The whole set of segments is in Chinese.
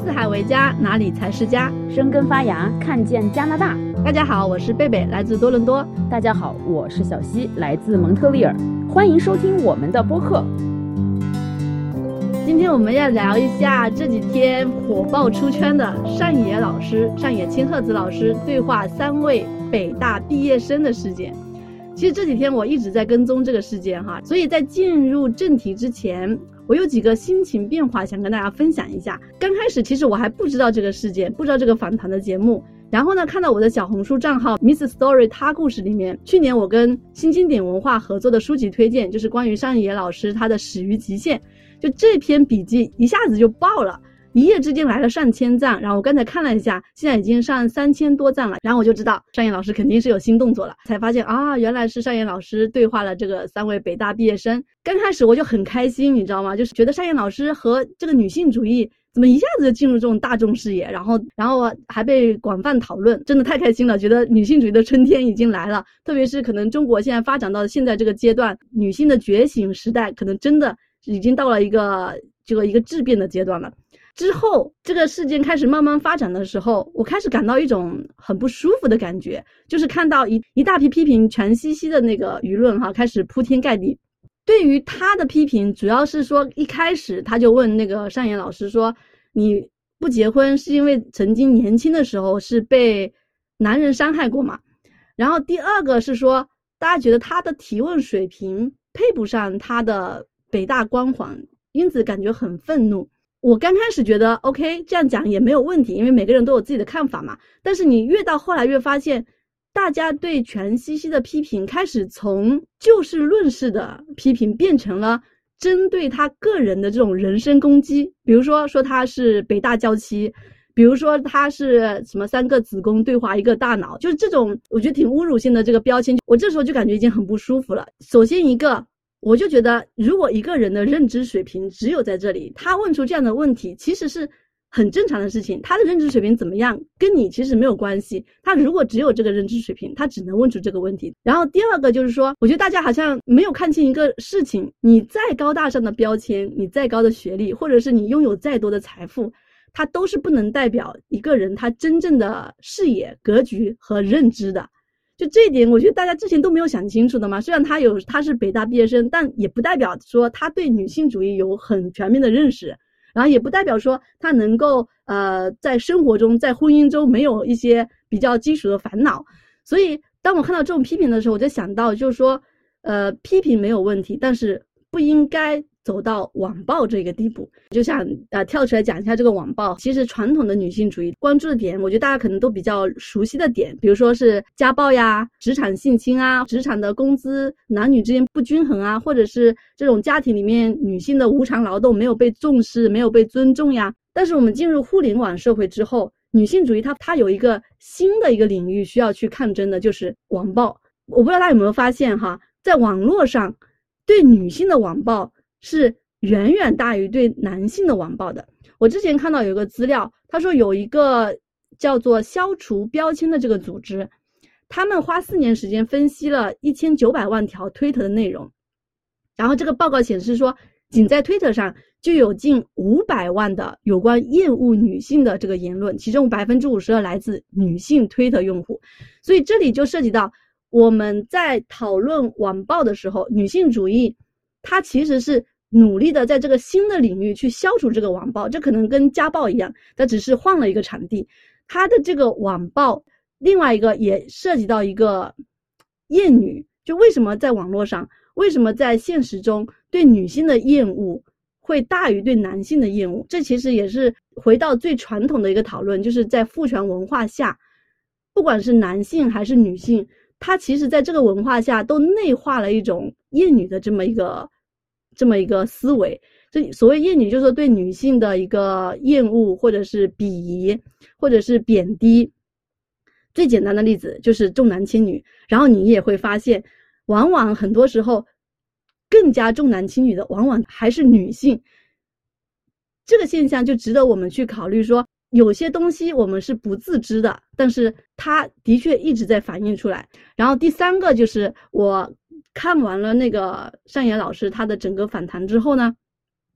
四海为家，哪里才是家？ 生根发芽，看见加拿大。 大家好，我是贝贝，来自多伦多。 大家好，我是小西，来自蒙特利尔。欢迎收听我们的播客。 今天我们要聊一下这几天火爆出圈的上野老师、上野千鹤子老师对话3位北大毕业生的事件。其实这几天我一直在跟踪这个事件哈，所以在进入正题之前，我有几个心情变化想跟大家分享一下。刚开始其实我还不知道这个事件，不知道这个访谈的节目，然后呢看到我的小红书账号 Miss Story 他故事里面，去年我跟新经典文化合作的书籍推荐，就是关于上野老师他的始于极限，就这篇笔记一下子就爆了，一夜之间来了上千赞，然后我刚才看了一下，现在已经上3000多赞了，然后我就知道上野老师肯定是有新动作了，才发现啊，原来是上野老师对话了这个3位北大毕业生。刚开始我就很开心，你知道吗？就是觉得上野老师和这个女性主义怎么一下子就进入这种大众视野，然后还被广泛讨论，真的太开心了，觉得女性主义的春天已经来了。特别是可能中国现在发展到现在这个阶段，女性的觉醒时代可能真的已经到了一个质变的阶段了。之后这个事件开始慢慢发展的时候，我开始感到一种很不舒服的感觉，就是看到一大批批评全西西的那个舆论开始铺天盖地。对于他的批评，主要是说一开始他就问那个上野老师说，你不结婚是因为曾经年轻的时候是被男人伤害过吗？然后第二个是说，大家觉得他的提问水平配不上他的北大光环，因此感觉很愤怒。我刚开始觉得 OK， 这样讲也没有问题，因为每个人都有自己的看法嘛。但是你越到后来越发现，大家对全西西的批评开始从就事论事的批评变成了针对他个人的这种人身攻击。比如说他是北大娇妻，比如说他是什么3个子宫对话1个大脑，就是这种我觉得挺侮辱性的这个标签，我这时候就感觉已经很不舒服了。首先一个，我就觉得如果一个人的认知水平只有在这里，他问出这样的问题其实是很正常的事情，他的认知水平怎么样跟你其实没有关系，他如果只有这个认知水平，他只能问出这个问题。然后第二个就是说，我觉得大家好像没有看清一个事情，你再高大上的标签，你再高的学历，或者是你拥有再多的财富，它都是不能代表一个人他真正的视野、格局和认知的。就这一点我觉得大家之前都没有想清楚的嘛。虽然他是北大毕业生，但也不代表说他对女性主义有很全面的认识，然后也不代表说他能够在生活中在婚姻中没有一些比较基础的烦恼。所以当我看到这种批评的时候，我就想到就是说批评没有问题，但是不应该走到网暴这个地步。就想跳出来讲一下这个网暴。其实传统的女性主义关注的点，我觉得大家可能都比较熟悉的点，比如说是家暴呀、职场性侵啊、职场的工资男女之间不均衡啊，或者是这种家庭里面女性的无偿劳动没有被重视、没有被尊重呀。但是我们进入互联网社会之后，女性主义它有一个新的一个领域需要去抗争的，就是网暴。我不知道大家有没有发现在网络上对女性的网暴是远远大于对男性的网暴的。我之前看到有一个资料，他说有一个叫做消除标签的这个组织，他们花4年时间分析了1900万条推特的内容，然后这个报告显示说，仅在推特上就有近500万的有关厌恶女性的这个言论，其中52%来自女性推特用户。所以这里就涉及到我们在讨论网暴的时候，女性主义它其实是努力的在这个新的领域去消除这个网暴，这可能跟家暴一样，它只是换了一个场地。它的这个网暴另外一个也涉及到一个厌女，就为什么在网络上，为什么在现实中对女性的厌恶会大于对男性的厌恶。这其实也是回到最传统的一个讨论，就是在父权文化下，不管是男性还是女性，他其实在这个文化下都内化了一种厌女的这么一个思维。这所谓厌女就是说对女性的一个厌恶，或者是鄙夷，或者是贬低。最简单的例子就是重男轻女，然后你也会发现往往很多时候更加重男轻女的往往还是女性。这个现象就值得我们去考虑，说有些东西我们是不自知的，但是它的确一直在反映出来。然后第三个就是我看完了那个上野老师他的整个访谈之后呢，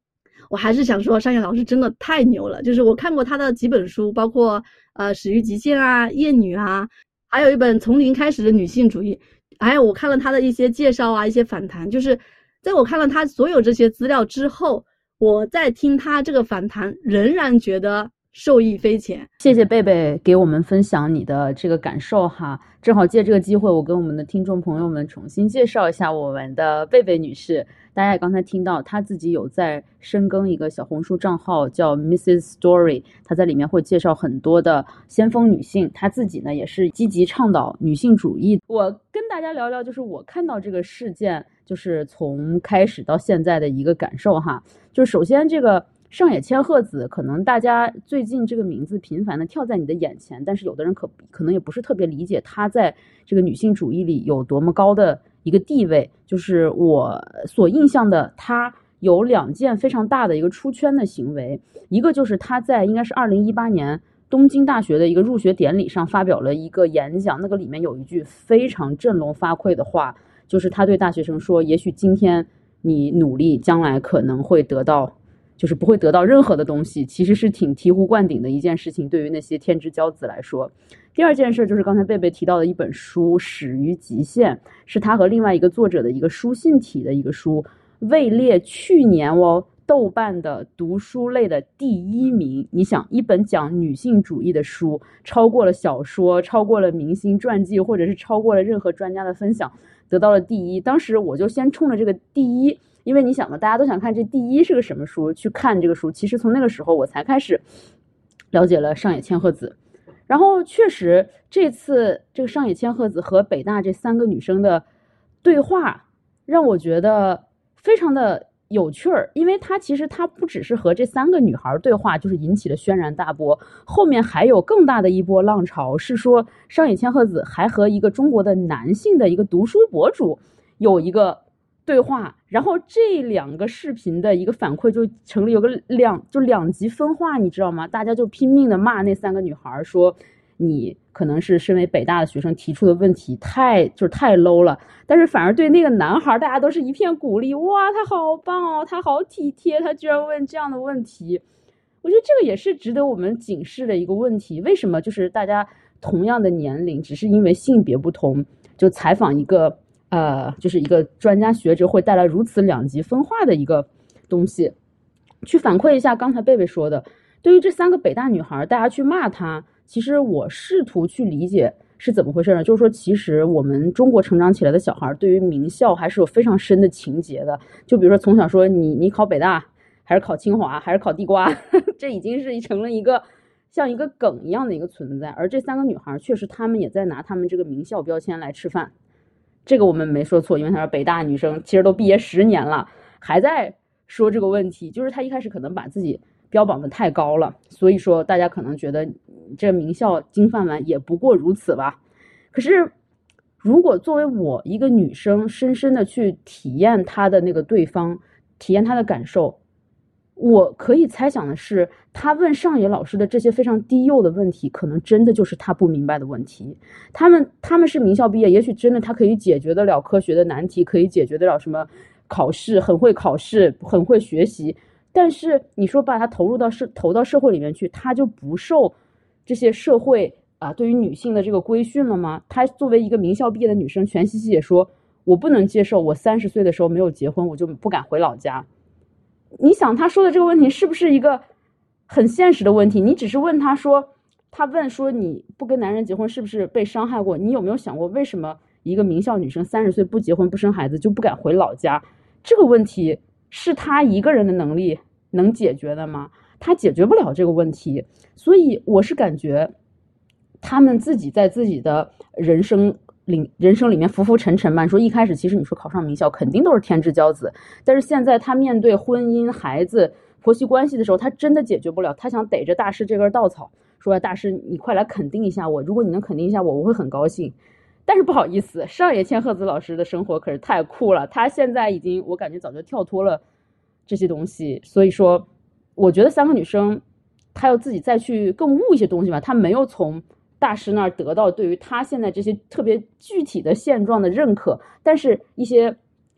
我还是想说，上野老师真的太牛了。就是我看过他的几本书，包括始于极限啊、厌女啊，还有一本从零开始的女性主义，还有我看了他的一些介绍啊、一些访谈。就是在我看了他所有这些资料之后，我在听他这个访谈，仍然觉得受益匪浅。 谢谢贝贝给我们分享你的这个感受哈，正好借这个机会，我跟我们的听众朋友们重新介绍一下我们的贝贝女士。大家也刚才听到，她自己有在深耕一个小红书账号叫 Mrs. Story， 她在里面会介绍很多的先锋女性，她自己呢也是积极倡导女性主义。我跟大家聊聊，就是我看到这个事件，就是从开始到现在的一个感受哈。就是首先这个上野千鹤子，可能大家最近这个名字频繁的跳在你的眼前，但是有的人可能也不是特别理解她在这个女性主义里有多么高的一个地位。就是我所印象的，她有2件非常大的一个出圈的行为，一个就是她在应该是2018年东京大学的一个入学典礼上发表了一个演讲，那个里面有一句非常振聋发聩的话，就是她对大学生说，也许今天你努力，将来可能会得到，就是不会得到任何的东西，其实是挺醍醐灌顶的一件事情，对于那些天之骄子来说。第二件事就是刚才贝贝提到的一本书《始于极限》，是他和另外一个作者的一个书信体的一个书，位列去年豆瓣的读书类的第1名。你想，一本讲女性主义的书，超过了小说，超过了明星传记，或者是超过了任何专家的分享，得到了第1。当时我就先冲着这个第1，因为你想嘛，大家都想看这第1是个什么书，去看这个书。其实从那个时候我才开始了解了上野千鹤子。然后确实这次这个上野千鹤子和北大这3个女生的对话让我觉得非常的有趣儿，因为其实她不只是和这3个女孩对话，就是引起了轩然大波，后面还有更大的一波浪潮，是说上野千鹤子还和一个中国的男性的一个读书博主有一个对话，然后这2个视频的一个反馈就成了有个两极分化，你知道吗？大家就拼命的骂那3个女孩，说你可能是身为北大的学生提出的问题太 low 了，但是反而对那个男孩大家都是一片鼓励，哇，他好棒哦，他好体贴，他居然问这样的问题。我觉得这个也是值得我们警示的一个问题，为什么就是大家同样的年龄，只是因为性别不同，就采访一个就是一个专家学者会带来如此两极分化的一个东西。去反馈一下刚才贝贝说的，对于这3个北大女孩，大家去骂她，其实我试图去理解是怎么回事呢？就是说其实我们中国成长起来的小孩对于名校还是有非常深的情结的，就比如说从小说你考北大还是考清华还是考地瓜这已经是成了一个像一个梗一样的一个存在。而这3个女孩确实她们也在拿她们这个名校标签来吃饭，这个我们没说错，因为她说北大女生其实都毕业10年了还在说这个问题，就是她一开始可能把自己标榜的太高了，所以说大家可能觉得这名校金饭碗也不过如此吧。可是如果作为我一个女生深深的去体验她的那个对方，体验她的感受，我可以猜想的是，他问上野老师的这些非常低幼的问题，可能真的就是他不明白的问题。他们是名校毕业，也许真的他可以解决得了科学的难题，可以解决得了什么考试，很会考试，很会学习。但是你说把他投到社会里面去，他就不受这些社会对于女性的这个规训了吗？他作为一个名校毕业的女生，全西西也说，我不能接受我30岁的时候没有结婚，我就不敢回老家。你想他说的这个问题是不是一个很现实的问题？你只是问他说，他问说你不跟男人结婚是不是被伤害过？你有没有想过为什么一个名校女生30岁不结婚不生孩子就不敢回老家？这个问题是他一个人的能力能解决的吗？他解决不了这个问题。所以我是感觉他们自己在自己的人生里面浮浮沉沉吧。说一开始其实你说考上名校肯定都是天之骄子，但是现在他面对婚姻孩子婆媳关系的时候，他真的解决不了。他想逮着大师这根稻草，说大师你快来肯定一下我，如果你能肯定一下我会很高兴。但是不好意思，上野千鹤子老师的生活可是太酷了，他现在已经我感觉早就跳脱了这些东西。所以说我觉得3个女生她要自己再去更悟一些东西吧，她没有从大师那儿得到对于她现在这些特别具体的现状的认可，但是一些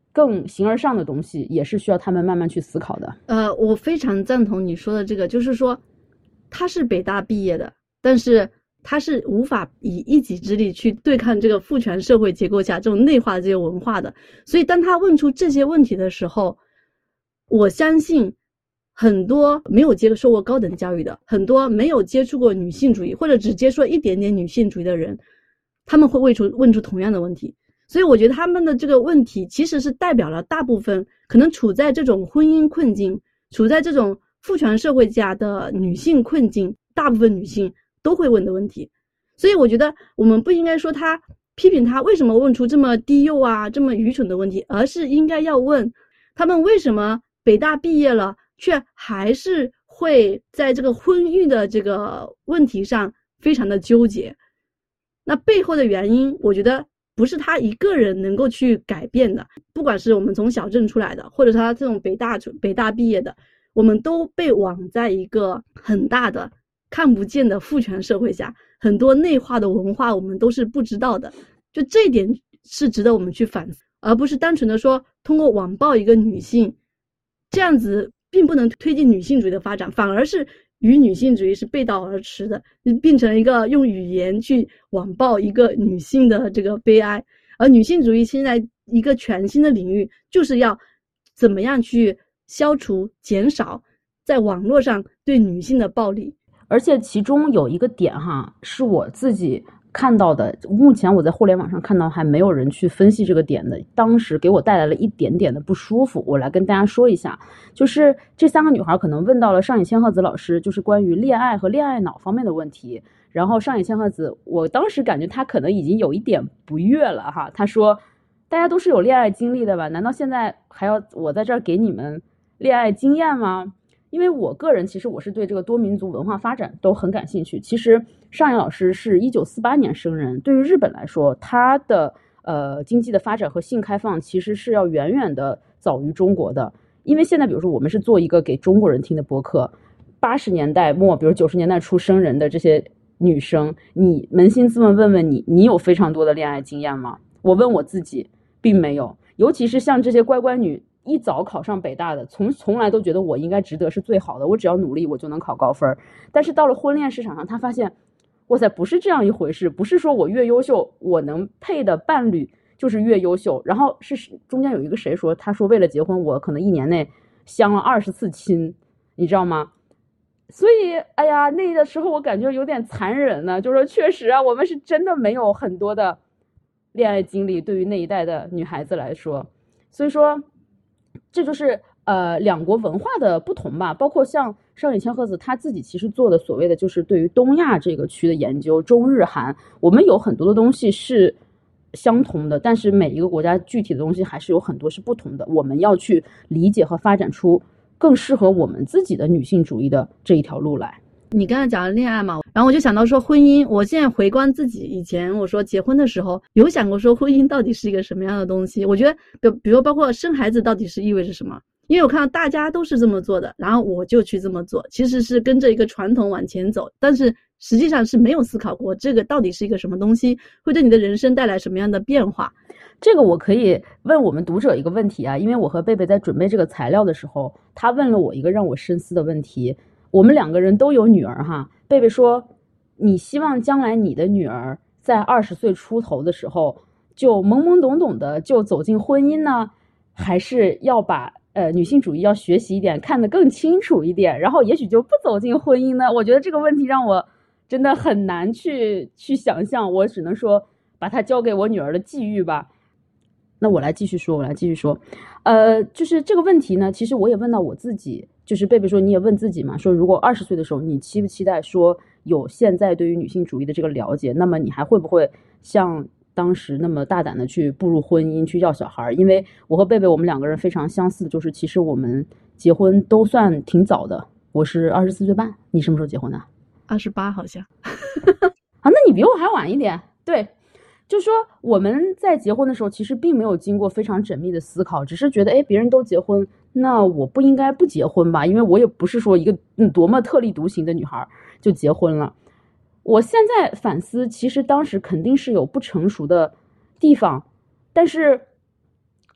更形而上的东西，也是需要他们慢慢去思考的。 我非常赞同你说的这个，就是说他是北大毕业的，但是他是无法以一己之力去对抗这个父权社会结构下这种内化的这些文化的。所以当他问出这些问题的时候，我相信很多没有接受过高等教育的，很多没有接触过女性主义或者只接触一点点女性主义的人，他们会问出同样的问题。所以我觉得他们的这个问题其实是代表了大部分可能处在这种婚姻困境，处在这种父权社会下的女性困境，大部分女性都会问的问题。所以我觉得我们不应该说他批评他为什么问出这么低幼啊这么愚蠢的问题，而是应该要问他们为什么北大毕业了却还是会在这个婚育的这个问题上非常的纠结。那背后的原因我觉得不是他一个人能够去改变的，不管是我们从小镇出来的，或者他这种北大毕业的，我们都被网在一个很大的看不见的父权社会下，很多内化的文化我们都是不知道的。就这一点是值得我们去反思，而不是单纯的说通过网暴一个女性，这样子并不能推进女性主义的发展，反而是与女性主义是背道而驰的，变成一个用语言去网暴一个女性的这个悲哀。而女性主义现在一个全新的领域，就是要怎么样去消除减少在网络上对女性的暴力。 而且其中有一个点哈，是我自己看到的，目前我在互联网上看到还没有人去分析这个点的，当时给我带来了一点点的不舒服，我来跟大家说一下。就是这3个女孩可能问到了上野千鹤子老师，就是关于恋爱和恋爱脑方面的问题。然后上野千鹤子，我当时感觉她可能已经有一点不悦了哈，她说大家都是有恋爱经历的吧，难道现在还要我在这儿给你们恋爱经验吗？因为我个人其实我是对这个多民族文化发展都很感兴趣。其实上野老师是1948年生人，对于日本来说，他的经济的发展和性开放其实是要远远的早于中国的。因为现在比如说我们是做一个给中国人听的播客，80年代末比如90年代初生人的这些女生，你扪心自问问问你有非常多的恋爱经验吗？我问我自己并没有。尤其是像这些乖乖女一早考上北大的，从来都觉得我应该值得是最好的，我只要努力我就能考高分。但是到了婚恋市场上，他发现哇塞，不是这样一回事，不是说我越优秀我能配的伴侣就是越优秀。然后是中间有一个谁说，他说为了结婚我可能1年内相了20次亲，你知道吗？所以哎呀，那个时候我感觉有点残忍呢，就是说确实啊，我们是真的没有很多的恋爱经历，对于那一代的女孩子来说。所以说这就是两国文化的不同吧。包括像上野千鹤子他自己其实做的所谓的就是对于东亚这个区的研究，中日韩，我们有很多的东西是相同的，但是每一个国家具体的东西还是有很多是不同的，我们要去理解和发展出更适合我们自己的女性主义的这一条路来。 你刚才讲的恋爱嘛，然后我就想到说婚姻，我现在回观自己以前我说结婚的时候有想过说婚姻到底是一个什么样的东西。我觉得比如包括生孩子到底是意味着什么，因为我看到大家都是这么做的，然后我就去这么做，其实是跟着一个传统往前走，但是实际上是没有思考过这个到底是一个什么东西，会对你的人生带来什么样的变化。 这个我可以问我们读者一个问题啊，因为我和贝贝在准备这个材料的时候，他问了我一个让我深思的问题。我们2个人都有女儿哈，贝贝说你希望将来你的女儿在20岁出头的时候就懵懵懂懂的就走进婚姻呢，还是要把女性主义要学习一点，看得更清楚一点，然后也许就不走进婚姻呢？我觉得这个问题让我真的很难去想象，我只能说把它交给我女儿的际遇吧。那我来继续说，就是这个问题呢，其实我也问到我自己，就是贝贝说你也问自己嘛，说如果20岁的时候你期不期待说有现在对于女性主义的这个了解，那么你还会不会像当时那么大胆的去步入婚姻去要小孩？因为我和贝贝我们2个人非常相似的就是其实我们结婚都算挺早的，我是24岁半，你什么时候结婚的 ？28好像啊，那你比我还晚一点。对，就是说我们在结婚的时候其实并没有经过非常缜密的思考，只是觉得别人都结婚，那我不应该不结婚吧，因为我也不是说一个多么特立独行的女孩就结婚了。我现在反思，其实当时肯定是有不成熟的地方，但是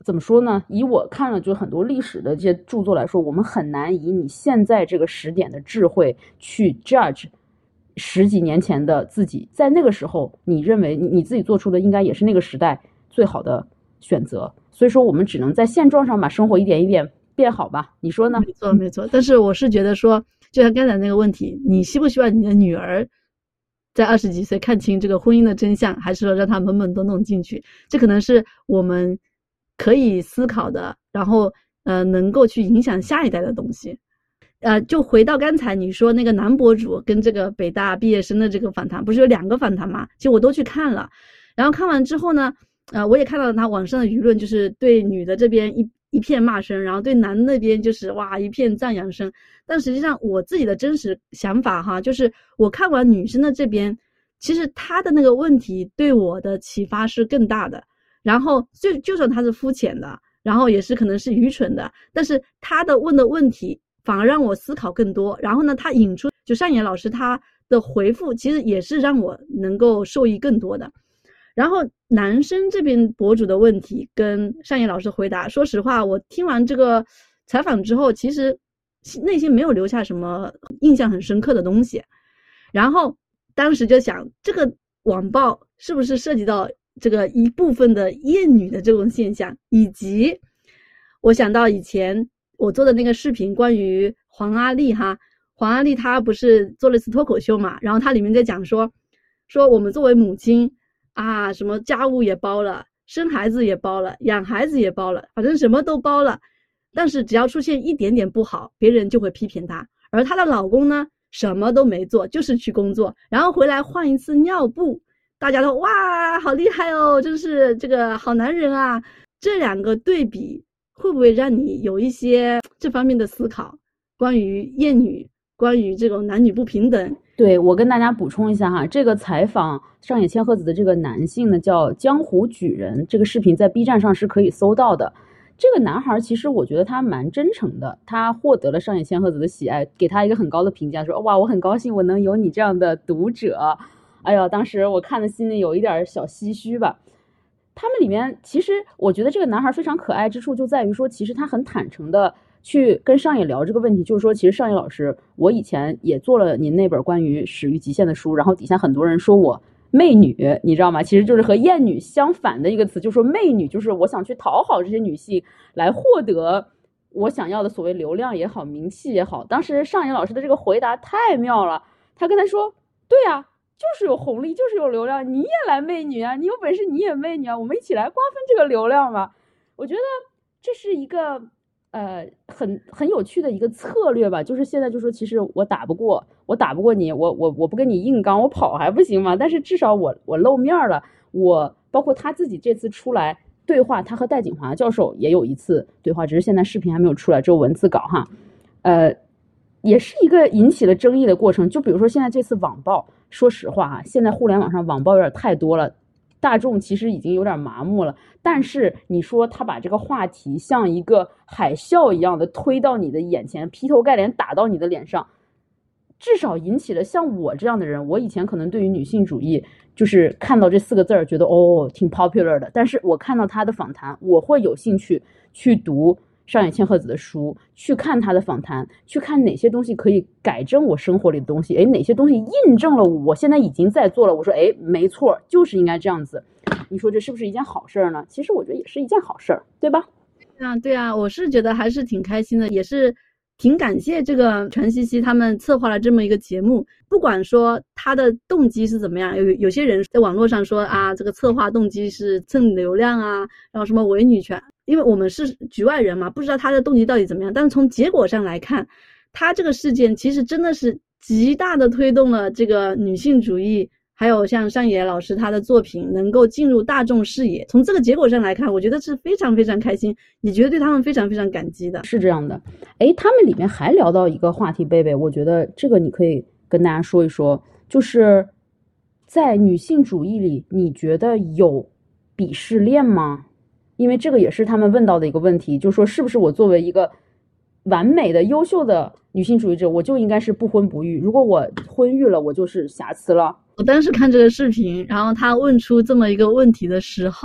怎么说呢？以我看了就很多历史的这些著作来说，我们很难以你现在这个时点的智慧去 judge 十几年前的自己，在那个时候你认为你自己做出的应该也是那个时代最好的选择。所以说我们只能在现状上把生活一点一点变好吧，你说呢？ 没错没错，但是我是觉得说，就像刚才那个问题，你希不希望你的女儿在20几岁看清这个婚姻的真相，还是说让她懵懵懂懂进去？这可能是我们可以思考的，然后能够去影响下一代的东西。就回到刚才你说那个男博主跟这个北大毕业生的这个访谈，不是有2个访谈吗？其实我都去看了，然后看完之后呢，我也看到了他网上的舆论，就是对女的这边一片骂声，然后对男的那边就是哇一片赞扬声。但实际上我自己的真实想法哈，就是我看完女生的这边，其实她的那个问题对我的启发是更大的。然后就算她是肤浅的，然后也是可能是愚蠢的，但是她的问的问题反而让我思考更多。然后呢，她引出就单野老师他的回复，其实也是让我能够受益更多的。然后男生这边博主的问题跟单野老师回答，说实话我听完这个采访之后，其实内心没有留下什么印象很深刻的东西。然后当时就想，这个网暴是不是涉及到这个一部分的厌女的这种现象，以及我想到以前我做的那个视频关于黄阿丽哈，黄阿丽她不是做了一次脱口秀嘛，然后她里面在讲说我们作为母亲啊，什么家务也包了，生孩子也包了，养孩子也包了，反正什么都包了，但是只要出现一点点不好，别人就会批评她。而她的老公呢，什么都没做，就是去工作，然后回来换一次尿布，大家都哇好厉害哦，真是这个好男人啊。这2个对比会不会让你有一些这方面的思考，关于厌女，关于这种男女不平等？ 对，我跟大家补充一下哈，这个采访上野千鹤子的这个男性呢叫江湖举人，这个视频在 B 站上是可以搜到的。这个男孩其实我觉得他蛮真诚的，他获得了上野千鹤子的喜爱，给他一个很高的评价，说哇我很高兴我能有你这样的读者。哎呀，当时我看的心里有一点小唏嘘吧。他们里面其实我觉得这个男孩非常可爱之处就在于说，其实他很坦诚的去跟上野聊这个问题，就是说其实上野老师，我以前也做了您那本关于始于极限的书，然后底下很多人说我媚女，你知道吗？其实就是和厌女相反的一个词，就是说媚女就是我想去讨好这些女性来获得我想要的所谓流量也好，名气也好。当时上野老师的这个回答太妙了，他跟他说对啊，就是有红利，就是有流量，你也来媚女啊，你有本事你也媚女啊，我们一起来瓜分这个流量嘛。我觉得这是一个很有趣的一个策略吧，就是现在就说其实我打不过你，我不跟你硬刚，我跑还不行吗？但是至少我露面了，我包括他自己这次出来对话，他和戴锦华教授也有一次对话，只是现在视频还没有出来，只有文字稿哈。也是一个引起了争议的过程。就比如说现在这次网暴，说实话哈，现在互联网上网暴有点太多了，大众其实已经有点麻木了。但是你说他把这个话题像一个海啸一样的推到你的眼前，劈头盖脸打到你的脸上，至少引起了像我这样的人，我以前可能对于女性主义就是看到这4个字觉得哦挺 popular 的，但是我看到他的访谈，我会有兴趣去读上野千鹤子的书，去看他的访谈，去看哪些东西可以改正我生活里的东西，哪些东西印证了我现在已经在做了，我说没错，就是应该这样子。你说这是不是一件好事呢？其实我觉得也是一件好事，对吧？ 对啊，我是觉得还是挺开心的，也是挺感谢这个传西西他们策划了这么一个节目。不管说他的动机是怎么样，有些人在网络上说啊，这个策划动机是蹭流量啊，然后什么伪女权，因为我们是局外人嘛，不知道他的动机到底怎么样。但是从结果上来看，他这个事件其实真的是极大的推动了这个女性主义，还有像上野老师他的作品能够进入大众视野。从这个结果上来看，我觉得是非常非常开心，也觉得对他们非常非常感激的。 是这样的。他们里面还聊到一个话题，贝贝，我觉得这个你可以跟大家说一说，就是在女性主义里，你觉得有鄙视链吗？因为这个也是他们问到的一个问题，就是说是不是我作为一个完美的优秀的女性主义者，我就应该是不婚不育，如果我婚育了，我就是瑕疵了。 我当时看这个视频，然后他问出这么一个问题的时候，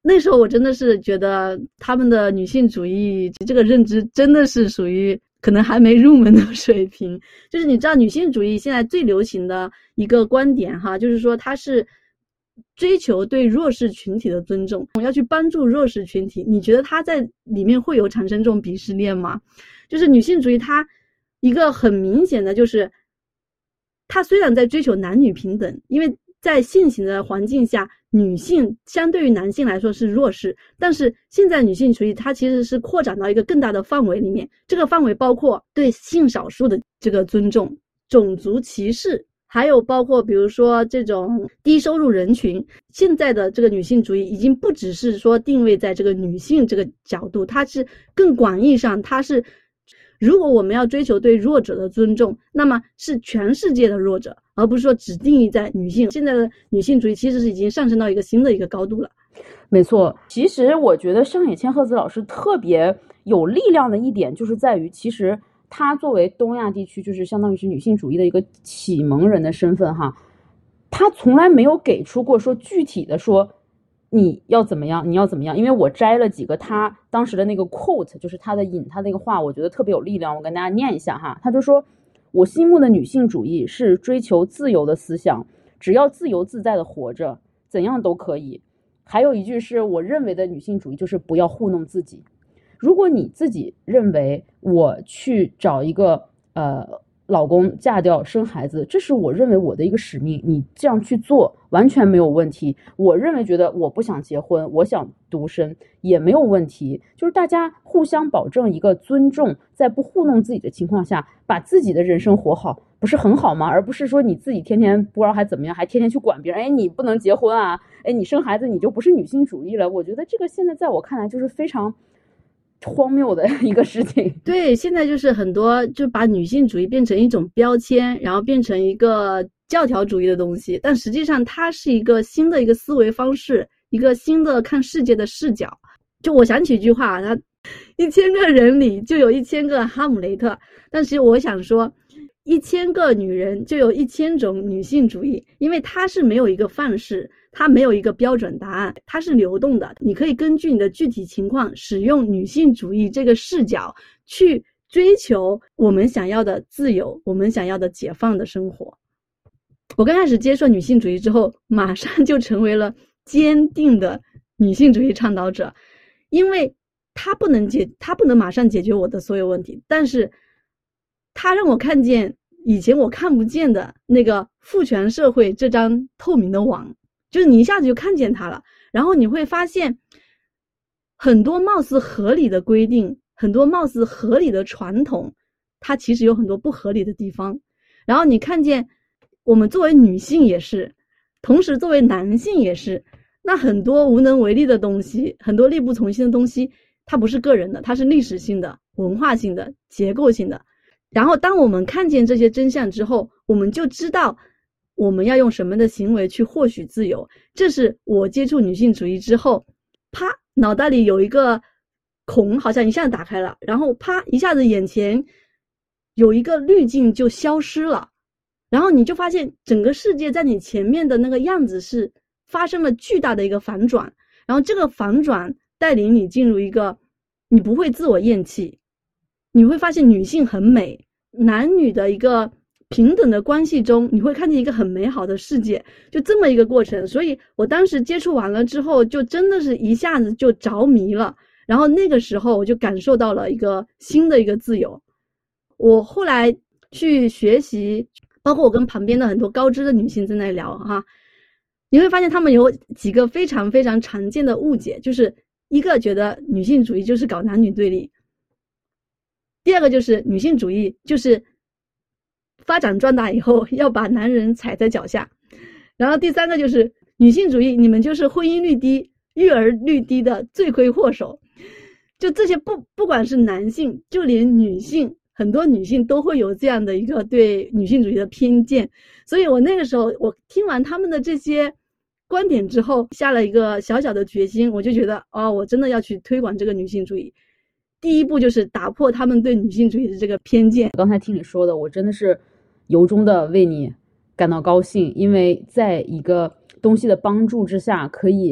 那时候我真的是觉得他们的女性主义这个认知真的是属于可能还没入门的水平。就是你知道女性主义现在最流行的一个观点哈，就是说它是追求对弱势群体的尊重，要去帮助弱势群体。你觉得它在里面会有产生这种鄙视链吗？就是女性主义它一个很明显的就是它虽然在追求男女平等，因为在现行的环境下女性相对于男性来说是弱势，但是现在女性主义它其实是扩展到一个更大的范围里面，这个范围包括对性少数的这个尊重，种族歧视，还有包括比如说这种低收入人群。现在的这个女性主义已经不只是说定位在这个女性这个角度，它是更广义上，它是如果我们要追求对弱者的尊重，那么是全世界的弱者，而不是说只定义在女性。现在的女性主义其实是已经上升到一个新的一个高度了。 没错，其实我觉得上野千鹤子老师特别有力量的一点就是在于，其实她作为东亚地区就是相当于是女性主义的一个启蒙人的身份哈，她从来没有给出过说具体的说你要怎么样，你要怎么样。因为我摘了几个他当时的那个 quote， 就是他的他那个话，我觉得特别有力量，我跟大家念一下哈。他就说，我心目的女性主义是追求自由的思想，只要自由自在的活着，怎样都可以。还有一句是我认为的女性主义就是不要糊弄自己。如果你自己认为我去找一个老公嫁掉生孩子，这是我认为我的一个使命，你这样去做完全没有问题。我认为觉得我不想结婚，我想独身也没有问题，就是大家互相保证一个尊重，在不糊弄自己的情况下把自己的人生活好，不是很好吗？而不是说你自己天天不知道还怎么样，还天天去管别人，哎，你不能结婚啊，哎，你生孩子你就不是女性主义了。我觉得这个现在在我看来就是非常荒谬的一个事情。 对，现在就是很多就把女性主义变成一种标签，然后变成一个教条主义的东西，但实际上它是一个新的一个思维方式，一个新的看世界的视角。就我想起一句话，它1000个人里就有1000个哈姆雷特，但其实我想说1000个女人就有1000种女性主义，因为它是没有一个范式，它没有一个标准答案，它是流动的。你可以根据你的具体情况，使用女性主义这个视角去追求我们想要的自由，我们想要的解放的生活。我刚开始接受女性主义之后，马上就成为了坚定的女性主义倡导者，因为它不能马上解决我的所有问题，但是它让我看见以前我看不见的那个父权社会这张透明的网，就是你一下子就看见它了，然后你会发现很多貌似合理的规定，很多貌似合理的传统，它其实有很多不合理的地方。然后你看见我们作为女性也是，同时作为男性也是，那很多无能为力的东西，很多力不从心的东西，它不是个人的，它是历史性的、文化性的、结构性的。然后当我们看见这些真相之后，我们就知道我们要用什么的行为去获取自由。这是我接触女性主义之后，啪，脑袋里有一个孔好像一下子打开了，然后啪一下子眼前有一个滤镜就消失了，然后你就发现整个世界在你前面的那个样子是发生了巨大的一个反转，然后这个反转带领你进入一个你不会自我厌弃，你会发现女性很美，男女的一个平等的关系中，你会看见一个很美好的世界，就这么一个过程。所以我当时接触完了之后，就真的是一下子就着迷了，然后那个时候我就感受到了一个新的一个自由。我后来去学习，包括我跟旁边的很多高知的女性在那聊哈，你会发现她们有几个非常非常常见的误解，就是一个觉得女性主义就是搞男女对立，第二个就是女性主义就是发展壮大以后要把男人踩在脚下，然后第三个就是女性主义，你们就是婚姻率低、育儿率低的罪魁祸首。就这些不管是男性，就连女性，很多女性都会有这样的一个对女性主义的偏见。所以我那个时候我听完他们的这些观点之后，下了一个小小的决心，我就觉得我真的要去推广这个女性主义。第一步就是打破他们对女性主义的这个偏见。 刚才听你说的，我真的是由衷的为你感到高兴，因为在一个东西的帮助之下，可以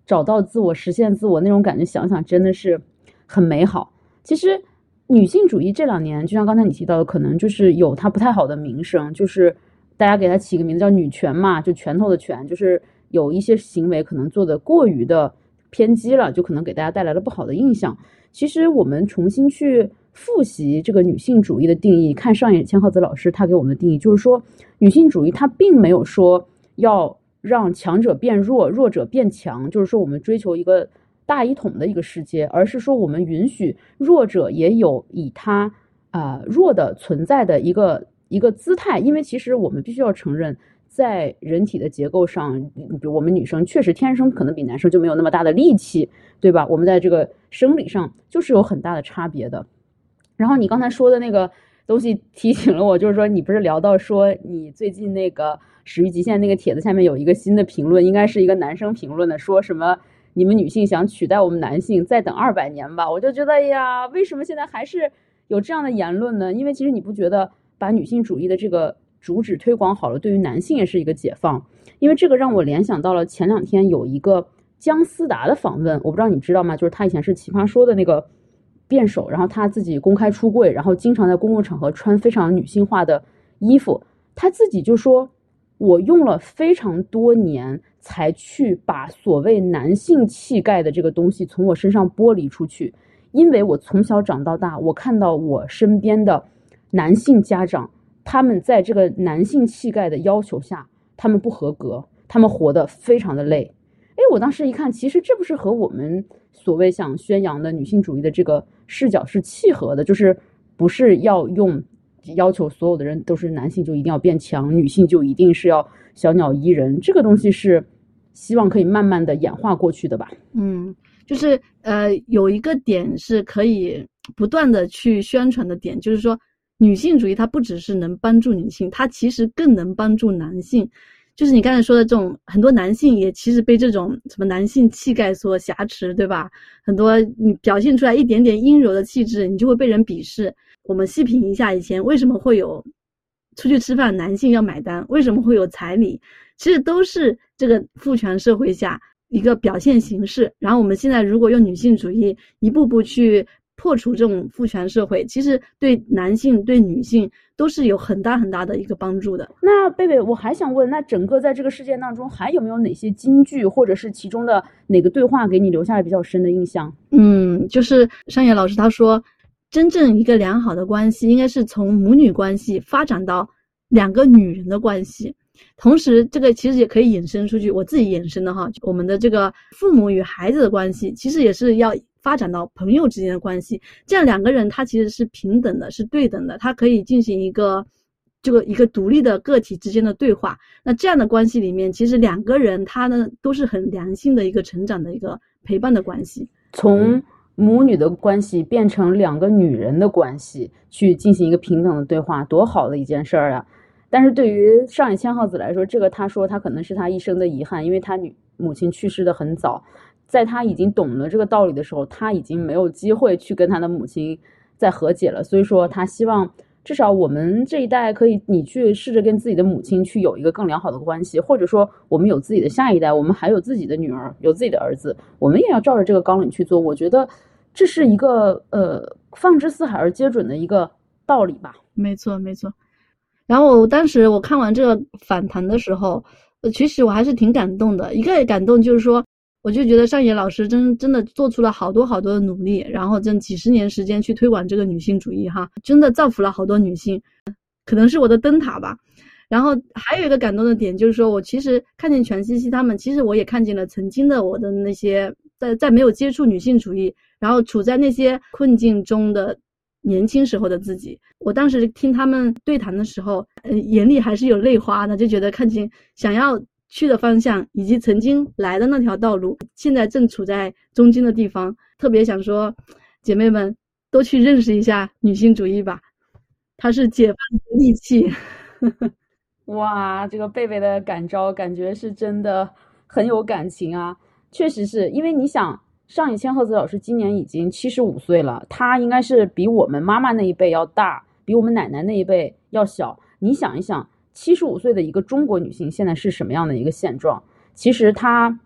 找到自我、实现自我那种感觉，想想真的是很美好。其实女性主义这2年，就像刚才你提到的，可能就是有它不太好的名声，就是大家给它起个名字叫女权嘛，就拳头的拳，就是有一些行为可能做的过于的偏激了，就可能给大家带来了不好的印象。其实我们重新去复习这个女性主义的定义，看上野千鹤子老师他给我们的定义，就是说女性主义它并没有说要让强者变弱，弱者变强，就是说我们追求一个大一统的一个世界，而是说我们允许弱者也有以他弱的存在的一个姿态。因为其实我们必须要承认，在人体的结构上，比如我们女生确实天生可能比男生就没有那么大的力气，对吧？我们在这个生理上就是有很大的差别的。然后你刚才说的那个东西提醒了我，就是说你不是聊到说你最近那个始于极限那个帖子下面有一个新的评论，应该是一个男生评论的，说什么你们女性想取代我们男性，再等200年吧。我就觉得，哎呀，为什么现在还是有这样的言论呢？因为其实你不觉得把女性主义的这个主旨推广好了，对于男性也是一个解放。因为这个让我联想到了前2天有一个姜思达的访问，我不知道你知道吗？就是他以前是奇葩说的那个辩手，然后他自己公开出柜，然后经常在公共场合穿非常女性化的衣服。他自己就说，我用了非常多年才去把所谓男性气概的这个东西从我身上剥离出去，因为我从小长到大，我看到我身边的男性家长，他们在这个男性气概的要求下，他们不合格，他们活得非常的累。我当时一看，其实这不是和我们所谓想宣扬的女性主义的这个视角是契合的，就是不是要求所有的人都是男性就一定要变强，女性就一定是要小鸟依人，这个东西是希望可以慢慢的演化过去的吧。 就是有一个点是可以不断的去宣传的点，就是说女性主义它不只是能帮助女性，它其实更能帮助男性。就是你刚才说的这种，很多男性也其实被这种什么男性气概所挟持，对吧？很多你表现出来一点点阴柔的气质，你就会被人鄙视。我们细品一下以前为什么会有出去吃饭男性要买单，为什么会有彩礼，其实都是这个父权社会下一个表现形式。然后我们现在如果用女性主义一步步去破除这种父权社会，其实对男性对女性都是有很大很大的一个帮助的。 那贝贝，我还想问，那整个在这个事件当中还有没有哪些金句，或者是其中的哪个对话给你留下了比较深的印象？ 就是上野老师他说，真正一个良好的关系应该是从母女关系发展到2个女人的关系。同时这个其实也可以引申出去，我自己引申的哈，我们的这个父母与孩子的关系其实也是要发展到朋友之间的关系，这样2个人他其实是平等的，是对等的，他可以进行一个独立的个体之间的对话。那这样的关系里面，其实2个人他呢都是很良性的一个成长的一个陪伴的关系， 从母女的关系变成2个女人的关系，去进行一个平等的对话，多好的一件事儿啊！但是对于上野千鹤子来说，这个他说他可能是他一生的遗憾，因为他母亲去世的很早，在他已经懂了这个道理的时候，他已经没有机会去跟他的母亲再和解了。所以说他希望至少我们这一代可以，你去试着跟自己的母亲去有一个更良好的关系，或者说我们有自己的下一代，我们还有自己的女儿，有自己的儿子，我们也要照着这个纲领去做。我觉得这是一个放之四海而皆准的一个道理吧。 没错没错。然后当时我看完这个访谈的时候，其实我还是挺感动的。一个感动就是说，我就觉得上野老师真的做出了好多好多的努力，然后几十年时间去推广这个女性主义哈，真的造福了好多女性，可能是我的灯塔吧。然后还有一个感动的点就是说，我其实看见全西西他们，其实我也看见了曾经的我的那些在没有接触女性主义，然后处在那些困境中的年轻时候的自己。我当时听他们对谈的时候，眼里还是有泪花的，就觉得看见想要去的方向以及曾经来的那条道路，现在正处在中间的地方。特别想说，姐妹们都去认识一下女性主义吧，它是解放的利器。 哇，这个贝贝的感召感觉是真的很有感情啊。确实是因为你想，上野千鹤子老师今年已经75岁了，她应该是比我们妈妈那一辈要大，比我们奶奶那一辈要小。你想一想，75岁的一个中国女性现在是什么样的一个现状？其实她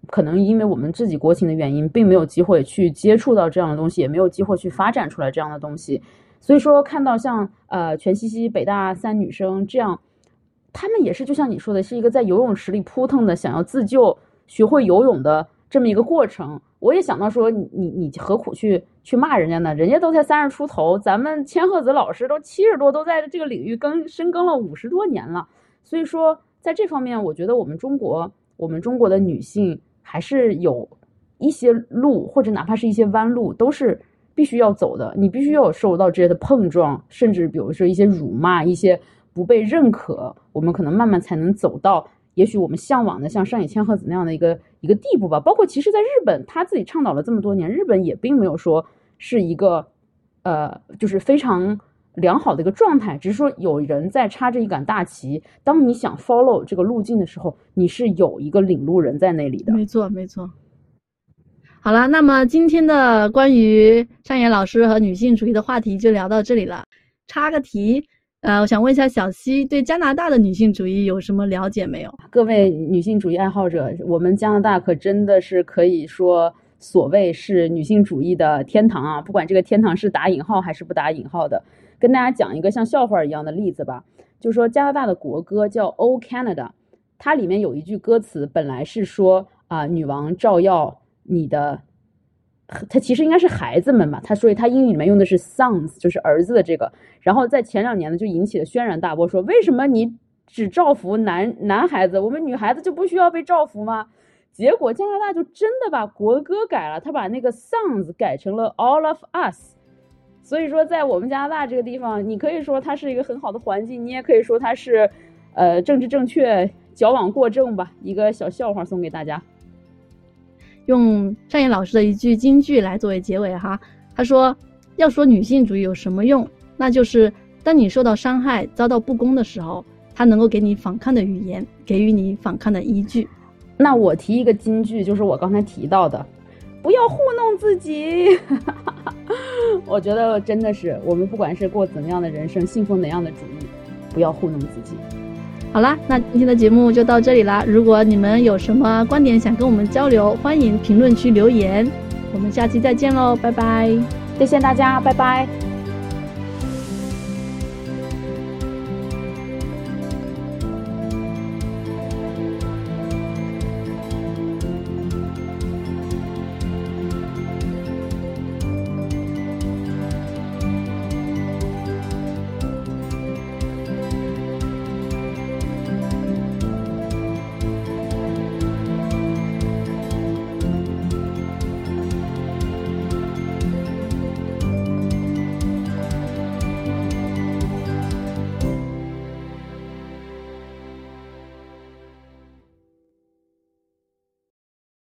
可能因为我们自己国情的原因，并没有机会去接触到这样的东西，也没有机会去发展出来这样的东西。所以说看到像全西西北大3女生这样，她们也是就像你说的，是一个在游泳池里扑腾的想要自救学会游泳的这么一个过程。我也想到说你何苦去骂人家呢？人家都才30出头，咱们千鹤子老师都70多，都在这个领域深耕了50多年了。所以说在这方面，我觉得我们中国的女性还是有一些路，或者哪怕是一些弯路，都是必须要走的。你必须要受到这些的碰撞，甚至比如说一些辱骂，一些不被认可，我们可能慢慢才能走到也许我们向往的像上野千鹤子那样的一个地步吧。包括其实在日本，他自己倡导了这么多年，日本也并没有说是一个就是非常良好的一个状态，只是说有人在插着一杆大旗，当你想 follow 这个路径的时候，你是有一个领路人在那里的。 没错没错。好了，那么今天的关于上野老师和女性主义的话题就聊到这里了。插个题，我想问一下小西，对加拿大的女性主义有什么了解没有？ 各位女性主义爱好者，我们加拿大可真的是可以说所谓是女性主义的天堂啊，不管这个天堂是打引号还是不打引号的。跟大家讲一个像笑话一样的例子吧，就是说加拿大的国歌叫 O Canada， 它里面有一句歌词本来是说女王照耀你的，它其实应该是孩子们吧，所以它英语里面用的是 sons， 就是儿子的这个。然后在前2年呢，就引起了轩然大波，说为什么你只照拂男孩子，我们女孩子就不需要被照拂吗？结果加拿大就真的把国歌改了，他把那个 sons 改成了 all of us。所以说在我们加拿大这个地方，你可以说它是一个很好的环境，你也可以说它是政治正确矫枉过正吧。一个小笑话送给大家， 用上野老师的一句金句来作为结尾哈。他说，要说女性主义有什么用，那就是当你受到伤害遭到不公的时候，它能够给你反抗的语言，给予你反抗的依据。 那我提一个金句，就是我刚才提到的，不要糊弄自己。我觉得真的是我们不管是过怎么样的人生，信奉哪样的主义，不要糊弄自己。 好啦，那今天的节目就到这里啦。如果你们有什么观点想跟我们交流，欢迎评论区留言。我们下期再见喽，拜拜。 谢谢大家，拜拜。